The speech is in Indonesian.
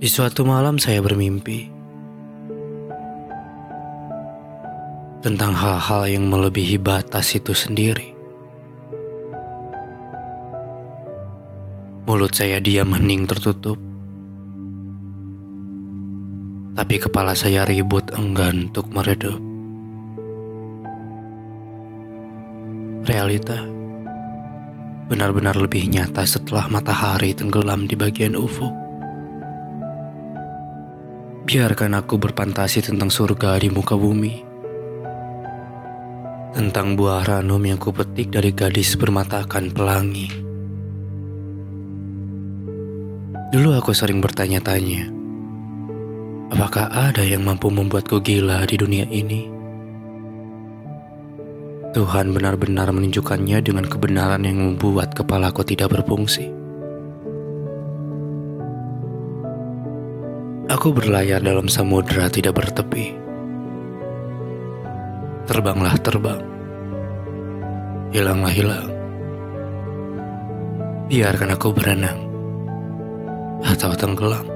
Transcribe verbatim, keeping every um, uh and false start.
Di suatu malam saya bermimpi tentang hal-hal yang melebihi batas itu sendiri. Mulut saya diam hening tertutup, tapi kepala saya ribut enggan untuk meredup. Realita benar-benar lebih nyata setelah matahari tenggelam di bagian ufuk. Biarkan aku berfantasi tentang surga di muka bumi, tentang buah ranum yang kupetik dari gadis bermatakan pelangi. Dulu aku sering bertanya-tanya, apakah ada yang mampu membuatku gila di dunia ini? Tuhan benar-benar menunjukkannya dengan kebenaran yang membuat kepalaku tidak berfungsi. Aku berlayar dalam samudera tidak bertepi. Terbanglah terbang, hilanglah hilang. Biarkan aku berenang atau tenggelam.